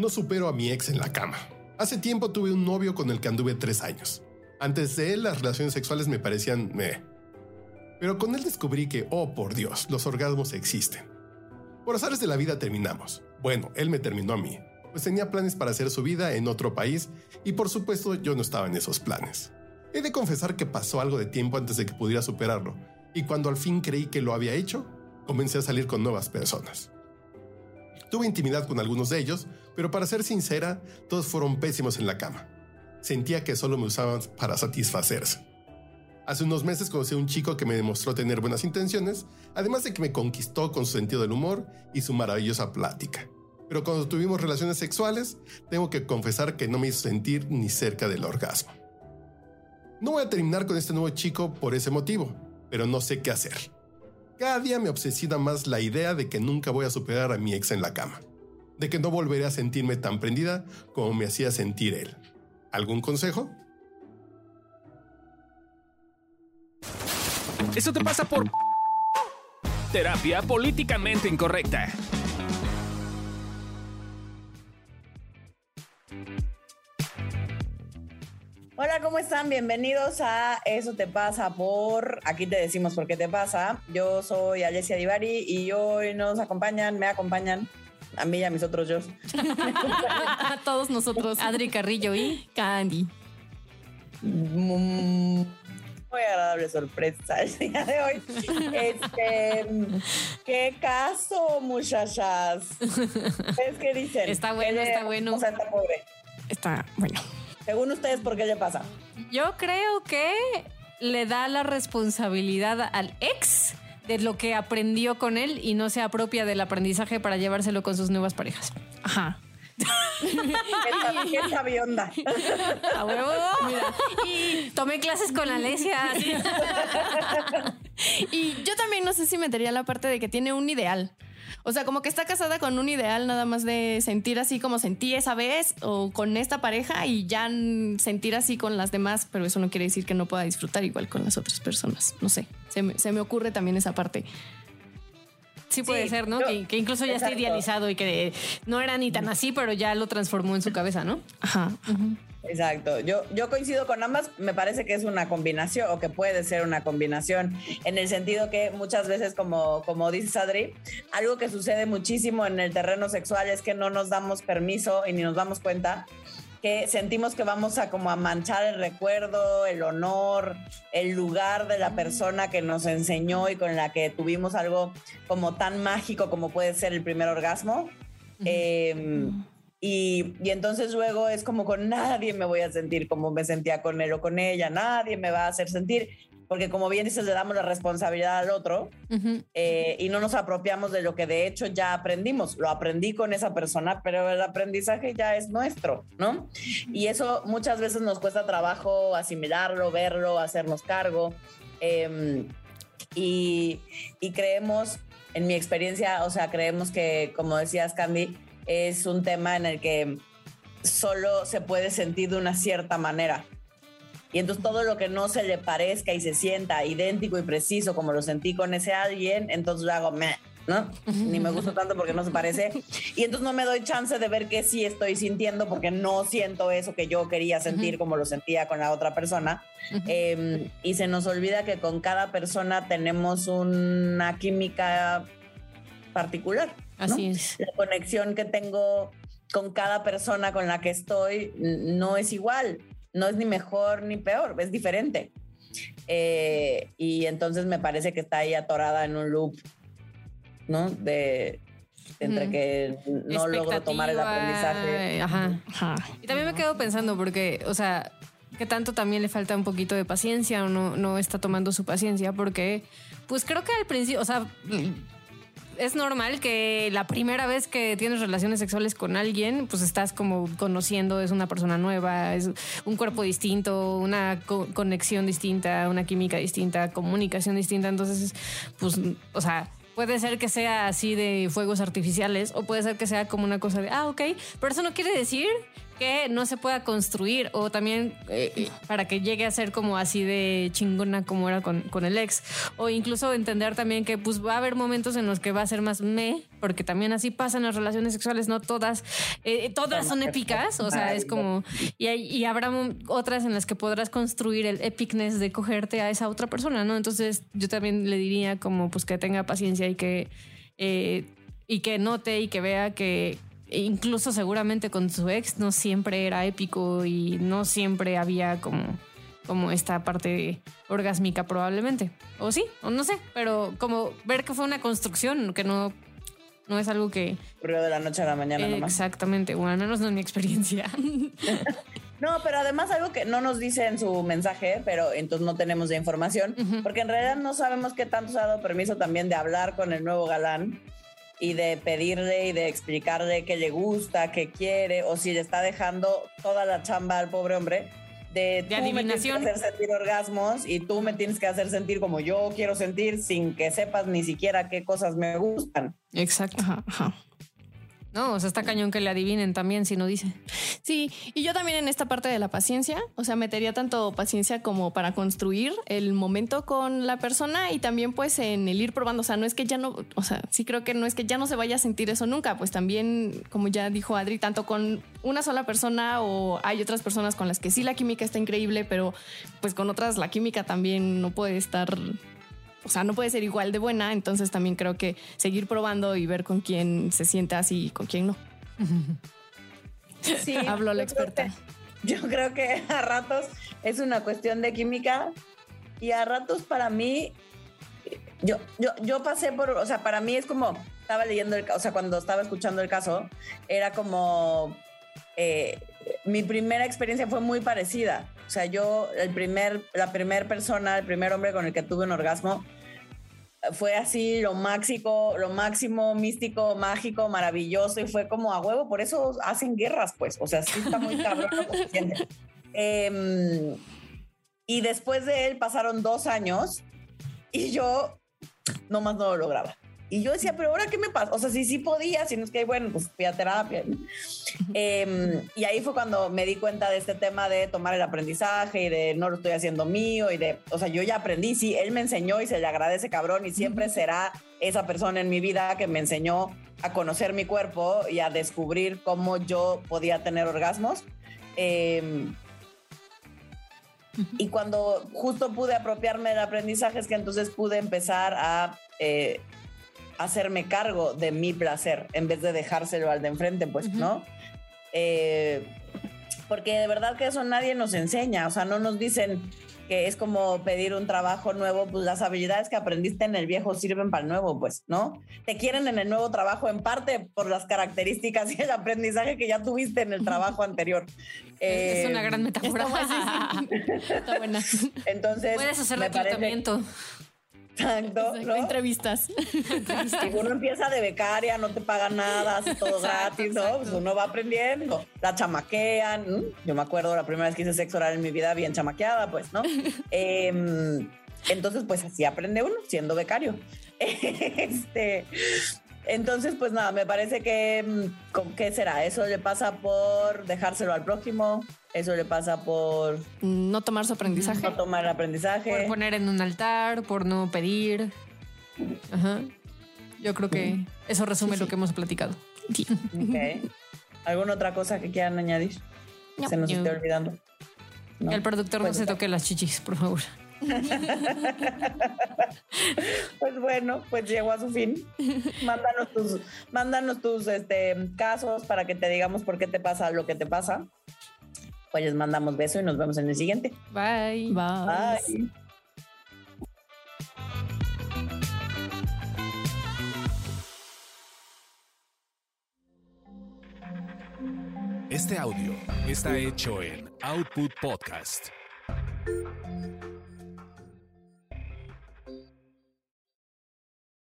No supero a mi ex en la cama. Hace tiempo tuve un novio con el que anduve 3 años. Antes de él, las relaciones sexuales me parecían Pero con él descubrí que, oh por Dios, los orgasmos existen. Por azares de la vida terminamos. Bueno, él me terminó a mí, pues tenía planes para hacer su vida en otro país y por supuesto yo no estaba en esos planes. He de confesar que pasó algo de tiempo antes de que pudiera superarlo, y cuando al fin creí que lo había hecho, comencé a salir con nuevas personas. Tuve intimidad con algunos de ellos, pero para ser sincera, todos fueron pésimos en la cama. Sentía que solo me usaban para satisfacerse. Hace unos meses conocí a un chico que me demostró tener buenas intenciones, además de que me conquistó con su sentido del humor y su maravillosa plática. Pero cuando tuvimos relaciones sexuales, tengo que confesar que no me hizo sentir ni cerca del orgasmo. No voy a terminar con este nuevo chico por ese motivo, pero no sé qué hacer. Cada día me obsesiona más la idea de que nunca voy a superar a mi ex en la cama, de que no volveré a sentirme tan prendida como me hacía sentir él. ¿Algún consejo? Eso te pasa por terapia políticamente incorrecta. Hola, ¿cómo están? Bienvenidos a Eso te pasa por... Aquí te decimos por qué te pasa. Yo soy Alessia Divari y hoy me acompañan a mí y a mis otros yo. A todos nosotros, Adri Carrillo y Candy. Muy agradable sorpresa el día de hoy. ¿Qué caso, muchachas? ¿Ustedes qué dicen? Está bueno, está bueno. O sea, está pobre. Está bueno. Según ustedes, ¿por qué le pasa? Yo creo que le da la responsabilidad al ex de lo que aprendió con él y no se apropia del aprendizaje para llevárselo con sus nuevas parejas. Ajá. ¿Qué sabionda? A huevo. Mira. Y tomé clases con Alessia. Y yo también no sé si metería la parte de que tiene un ideal. O sea, como que está casada con un ideal nada más de sentir así como sentí esa vez o con esta pareja y ya sentir así con las demás, pero eso no quiere decir que no pueda disfrutar igual con las otras personas. No sé, se me ocurre también esa parte. Sí puede ser, ¿no? Que incluso ya está idealizado y que no era ni tan así, pero ya lo transformó en su cabeza, ¿no? Ajá. Uh-huh. Exacto. Yo coincido con ambas. Me parece que es una combinación o que puede ser una combinación en el sentido que muchas veces, como dices, Adri, algo que sucede muchísimo en el terreno sexual es que no nos damos permiso y ni nos damos cuenta que sentimos que vamos a como a manchar el recuerdo, el honor, el lugar de la persona que nos enseñó y con la que tuvimos algo como tan mágico como puede ser el primer orgasmo. Uh-huh. Y entonces luego es como con nadie me voy a sentir como me sentía con él o con ella, nadie me va a hacer sentir, porque como bien dices, le damos la responsabilidad al otro. Uh-huh. Y no nos apropiamos de lo que de hecho ya aprendimos. Lo aprendí con esa persona, pero el aprendizaje ya es nuestro, ¿no? Y eso muchas veces nos cuesta trabajo asimilarlo, verlo, hacernos cargo. Y creemos, en mi experiencia, o sea, creemos que, como decías, Candy, es un tema en el que solo se puede sentir de una cierta manera. Y entonces todo lo que no se le parezca y se sienta idéntico y preciso como lo sentí con ese alguien, entonces lo hago meh, ¿no? Ni me gusta tanto porque no se parece. Y entonces no me doy chance de ver qué sí estoy sintiendo porque no siento eso que yo quería sentir como lo sentía con la otra persona. Y se nos olvida que con cada persona tenemos una química particular, ¿no? Así es. La conexión que tengo con cada persona con la que estoy no es igual, no es ni mejor ni peor, es diferente. Y entonces me parece que está ahí atorada en un loop, ¿no? Entre que no logro tomar el aprendizaje. Ajá. Y también me quedo pensando porque, o sea, que tanto también le falta un poquito de paciencia o no está tomando su paciencia porque, pues creo que al principio, o sea, es normal que la primera vez que tienes relaciones sexuales con alguien, pues estás como conociendo, es una persona nueva, es un cuerpo distinto, una conexión distinta, una química distinta, comunicación distinta. Entonces, pues, o sea, puede ser que sea así de fuegos artificiales o puede ser que sea como una cosa de, ok, pero eso no quiere decir que no se pueda construir o también para que llegue a ser como así de chingona como era con el ex, o incluso entender también que pues va a haber momentos en los que va a ser más porque también así pasan las relaciones sexuales, no todas son épicas, o sea, es como y habrá otras en las que podrás construir el epicness de cogerte a esa otra persona, ¿no? Entonces yo también le diría como pues que tenga paciencia y que note y que vea que incluso seguramente con su ex no siempre era épico y no siempre había como esta parte orgásmica probablemente. O sí, o no sé, pero como ver que fue una construcción, que no es algo que... ocurrió de la noche a la mañana nomás. Exactamente, bueno, al menos no es mi experiencia. No, pero además algo que no nos dice en su mensaje, pero entonces no tenemos de información, porque en realidad no sabemos qué tanto se ha dado permiso también de hablar con el nuevo galán y de pedirle y de explicarle qué le gusta, qué quiere, o si le está dejando toda la chamba al pobre hombre de tú adivinación. me tienes que hacer sentir orgasmos y tú me tienes que hacer sentir como yo quiero sentir sin que sepas ni siquiera qué cosas me gustan. Exacto. Ajá. No, o sea, está cañón que le adivinen también si no dice. Sí, y yo también en esta parte de la paciencia, o sea, metería tanto paciencia como para construir el momento con la persona y también pues en el ir probando, o sea, no es que ya no, o sea, sí creo que no es que ya no se vaya a sentir eso nunca, pues también, como ya dijo Adri, tanto con una sola persona o hay otras personas con las que sí la química está increíble, pero pues con otras la química también no puede estar... O sea, no puede ser igual de buena, entonces también creo que seguir probando y ver con quién se siente así y con quién no. Sí, habló la experta. Yo creo que a ratos es una cuestión de química y a ratos para mí, yo pasé por, o sea, para mí es como, estaba leyendo el caso, o sea, cuando estaba escuchando el caso, era como, mi primera experiencia fue muy parecida. O sea, yo, el primer hombre con el que tuve un orgasmo fue así lo máximo, místico, mágico, maravilloso y fue como a huevo. Por eso hacen guerras, pues. O sea, sí está muy cabrón lo que se siente. Y después de él pasaron 2 años y yo nomás no lo lograba. Y yo decía, pero ahora qué me pasa, o sea, sí podía, si no es que, bueno, pues fui a terapia, ¿no? Y ahí fue cuando me di cuenta de este tema de tomar el aprendizaje y de no lo estoy haciendo mío y de, o sea, yo ya aprendí, sí, él me enseñó y se le agradece cabrón y siempre será esa persona en mi vida que me enseñó a conocer mi cuerpo y a descubrir cómo yo podía tener orgasmos. Y cuando justo pude apropiarme del aprendizaje es que entonces pude empezar a hacerme cargo de mi placer en vez de dejárselo al de enfrente, pues, ¿no? Porque de verdad que eso nadie nos enseña, o sea, no nos dicen que es como pedir un trabajo nuevo, pues las habilidades que aprendiste en el viejo sirven para el nuevo, pues, ¿no? Te quieren en el nuevo trabajo en parte por las características y el aprendizaje que ya tuviste en el trabajo anterior. Es una gran metáfora. Está buena. Entonces, puedes hacer reclutamiento. Exacto, ¿no? Entrevistas. Y uno empieza de becaria, no te pagan nada, hace todo gratis, ¿no? Pues uno va aprendiendo, la chamaquean. Yo me acuerdo la primera vez que hice sexo oral en mi vida bien chamaqueada, pues, ¿no? Entonces, pues así aprende uno, siendo becario. Entonces, pues nada, me parece que, ¿qué será? Eso le pasa por dejárselo al prójimo, eso le pasa por... no tomar su aprendizaje. No tomar el aprendizaje. Por poner en un altar, por no pedir. Ajá. Yo creo que eso resume lo que hemos platicado. Sí. Okay. ¿Alguna otra cosa que quieran añadir? No. Se nos esté olvidando. ¿No? Que el productor pues no se toque las chichis, por favor. Pues bueno, pues llegó a su fin. Mándanos tus casos para que te digamos por qué te pasa lo que te pasa. Pues les mandamos beso y nos vemos en el siguiente. Bye. Bye. Este audio está hecho en Output Podcast.